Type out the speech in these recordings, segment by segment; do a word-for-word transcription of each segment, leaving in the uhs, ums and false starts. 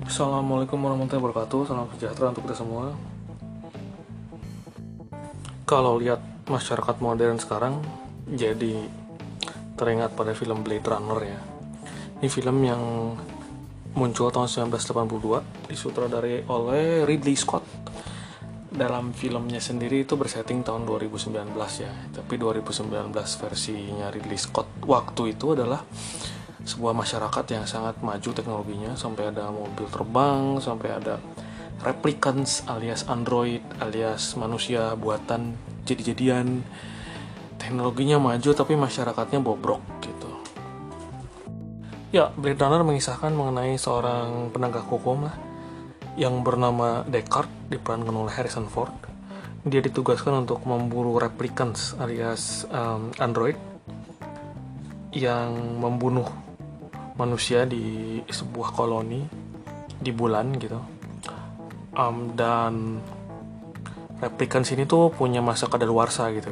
Assalamualaikum warahmatullahi wabarakatuh. Salam sejahtera untuk kita semua. Kalau lihat masyarakat modern sekarang, jadi teringat pada film Blade Runner ya. Ini film yang muncul tahun sembilan belas delapan puluh dua, disutradarai oleh Ridley Scott. Dalam filmnya sendiri itu bersetting tahun dua ribu sembilan belas ya. Tapi dua ribu sembilan belas versinya Ridley Scott waktu itu adalah sebuah masyarakat yang sangat maju teknologinya, sampai ada mobil terbang, sampai ada replicants alias android alias manusia buatan jadi-jadian. Teknologinya maju tapi masyarakatnya bobrok gitu. Ya, Blade Runner mengisahkan mengenai seorang penegak hukum lah yang bernama Deckard, diperankan oleh Harrison Ford. Dia ditugaskan untuk memburu replicants alias um, android yang membunuh manusia di sebuah koloni di bulan gitu. Um, dan replikan sini tuh punya masa kadaluarsa gitu.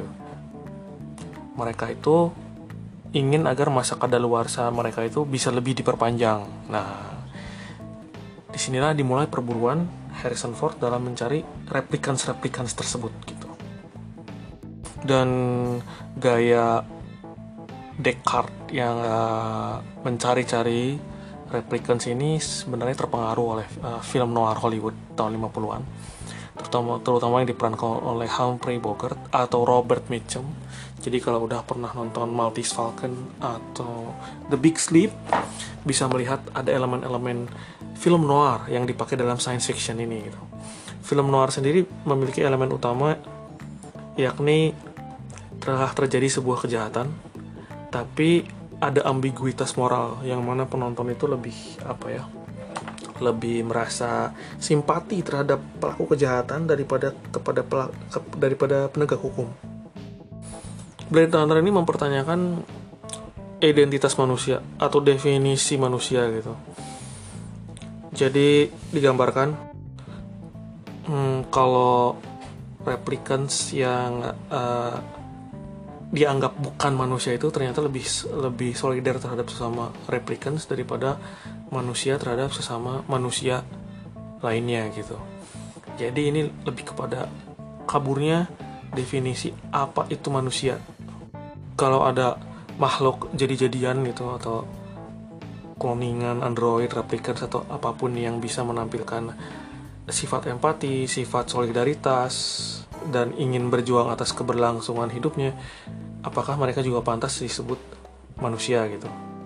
Mereka itu ingin agar masa kadaluarsa mereka itu bisa lebih diperpanjang. Nah, disinilah dimulai perburuan Harrison Ford dalam mencari replikans-replikans tersebut gitu. Dan gaya Deckard yang uh, mencari-cari replicants ini sebenarnya terpengaruh oleh uh, film noir Hollywood tahun lima puluhan, terutama terutama yang diperankan oleh Humphrey Bogart atau Robert Mitchum. Jadi kalau udah pernah nonton Maltese Falcon atau The Big Sleep, bisa melihat ada elemen-elemen film noir yang dipakai dalam science fiction ini gitu. Film noir sendiri memiliki elemen utama, yakni telah terjadi sebuah kejahatan, tapi ada ambiguitas moral yang mana penonton itu lebih apa ya lebih merasa simpati terhadap pelaku kejahatan daripada kepada pelak, ke, daripada penegak hukum. Blade Runner ini mempertanyakan identitas manusia atau definisi manusia gitu. Jadi digambarkan hmm, kalau replicants yang uh, dianggap bukan manusia itu ternyata lebih lebih solidar terhadap sesama replicants daripada manusia terhadap sesama manusia lainnya gitu. Jadi ini lebih kepada kaburnya definisi apa itu manusia. Kalau ada makhluk jadi-jadian gitu atau cloningan android, replicants atau apapun yang bisa menampilkan sifat empati, sifat solidaritas, dan ingin berjuang atas keberlangsungan hidupnya, apakah mereka juga pantas disebut manusia gitu.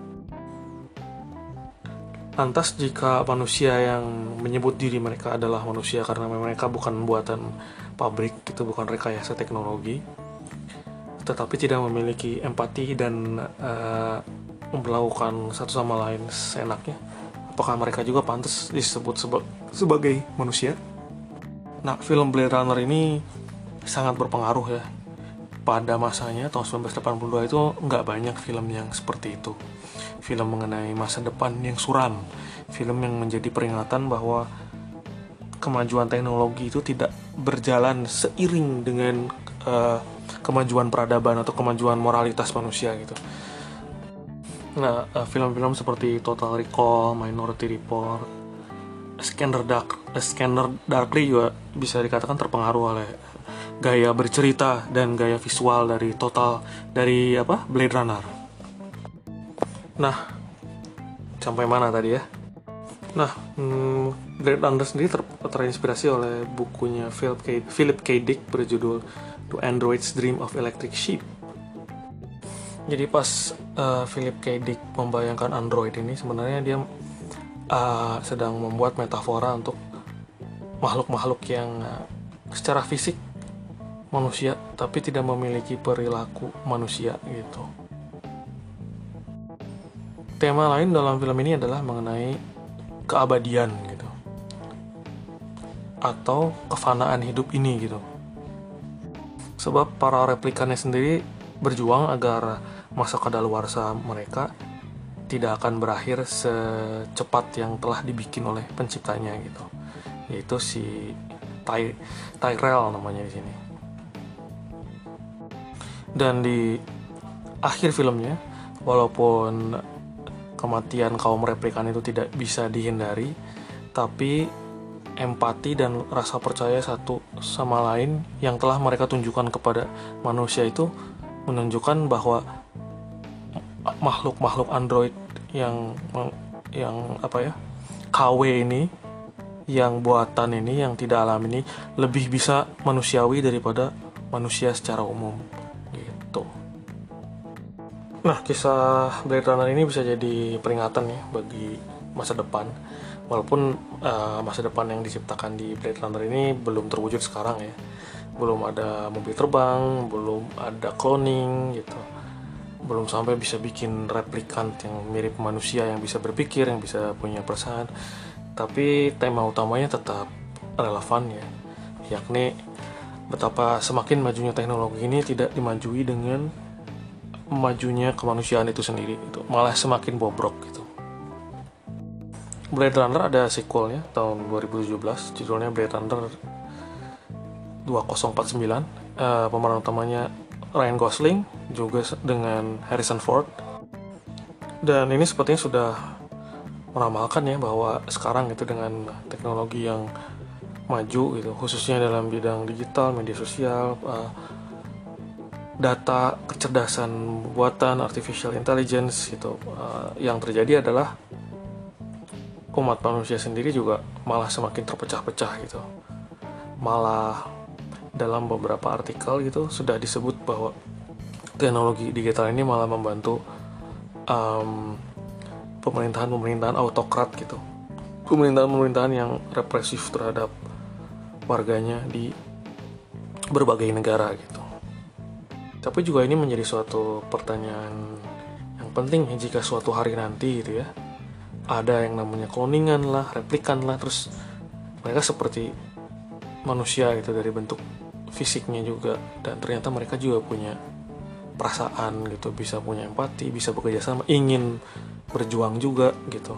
Lantas jika manusia yang menyebut diri mereka adalah manusia karena mereka bukan buatan pabrik gitu, bukan rekayasa teknologi, tetapi tidak memiliki empati dan uh, melakukan satu sama lain seenaknya, apakah mereka juga pantas disebut seba- sebagai manusia? Nah, film Blade Runner ini sangat berpengaruh ya. Pada masanya tahun sembilan belas delapan puluh dua itu nggak banyak film yang seperti itu. Film mengenai masa depan yang suram. Film yang menjadi peringatan bahwa kemajuan teknologi itu tidak berjalan seiring dengan uh, kemajuan peradaban atau kemajuan moralitas manusia gitu. Nah, uh, film-film seperti Total Recall, Minority Report, Scanner Dark, Scanner Darkly juga bisa dikatakan terpengaruh oleh gaya bercerita dan gaya visual dari total dari apa Blade Runner. Nah, sampai mana tadi ya? Nah, hmm, Blade Runner sendiri ter- terinspirasi oleh bukunya Philip K. Philip K. Dick berjudul The Android's Dream of Electric Sheep. Jadi pas uh, Philip K. Dick membayangkan android ini, sebenarnya dia uh, sedang membuat metafora untuk makhluk-makhluk yang uh, secara fisik manusia tapi tidak memiliki perilaku manusia gitu. Tema lain dalam film ini adalah mengenai keabadian gitu, atau kefanaan hidup ini gitu. Sebab para replikannya sendiri berjuang agar masa kadaluarsa mereka tidak akan berakhir secepat yang telah dibikin oleh penciptanya gitu, yaitu si Ty- Tyrell namanya di sini. Dan di akhir filmnya, walaupun kematian kaum replikan itu tidak bisa dihindari, tapi empati dan rasa percaya satu sama lain yang telah mereka tunjukkan kepada manusia itu menunjukkan bahwa makhluk-makhluk android yang yang apa ya K W ini, yang buatan ini, yang tidak alam ini lebih bisa manusiawi daripada manusia secara umum gitu. Nah, kisah Blade Runner ini bisa jadi peringatan ya bagi masa depan. Walaupun uh, masa depan yang diciptakan di Blade Runner ini belum terwujud sekarang ya. Belum ada mobil terbang, belum ada cloning gitu. Belum sampai bisa bikin replikant yang mirip manusia, yang bisa berpikir, yang bisa punya perasaan. Tapi tema utamanya tetap relevan ya, yakni betapa semakin majunya teknologi ini tidak dimajui dengan majunya kemanusiaan itu sendiri, itu malah semakin bobrok gitu. Blade Runner ada sequelnya tahun dua ribu tujuh belas, judulnya Blade Runner dua ribu empat puluh sembilan. Uh, pemeran utamanya Ryan Gosling juga dengan Harrison Ford. Dan ini sepertinya sudah meramalkan ya bahwa sekarang itu dengan teknologi yang maju gitu, khususnya dalam bidang digital, media sosial, uh, data, kecerdasan buatan, artificial intelligence gitu, uh, yang terjadi adalah umat manusia sendiri juga malah semakin terpecah-pecah gitu. Malah dalam beberapa artikel gitu sudah disebut bahwa teknologi digital ini malah membantu um, pemerintahan-pemerintahan autokrat gitu, pemerintahan-pemerintahan yang represif terhadap warganya di berbagai negara gitu. Tapi juga ini menjadi suatu pertanyaan yang penting ya, jika suatu hari nanti gitu ya ada yang namanya cloningan lah, replikan lah, terus mereka seperti manusia gitu dari bentuk fisiknya juga, dan ternyata mereka juga punya perasaan gitu, bisa punya empati, bisa bekerja sama, ingin berjuang juga gitu.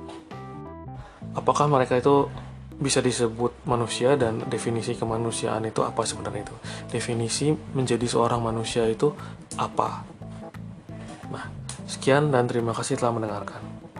Apakah mereka itu bisa disebut manusia, dan definisi kemanusiaan itu apa sebenarnya itu? Definisi menjadi seorang manusia itu apa? Nah, sekian dan terima kasih telah mendengarkan.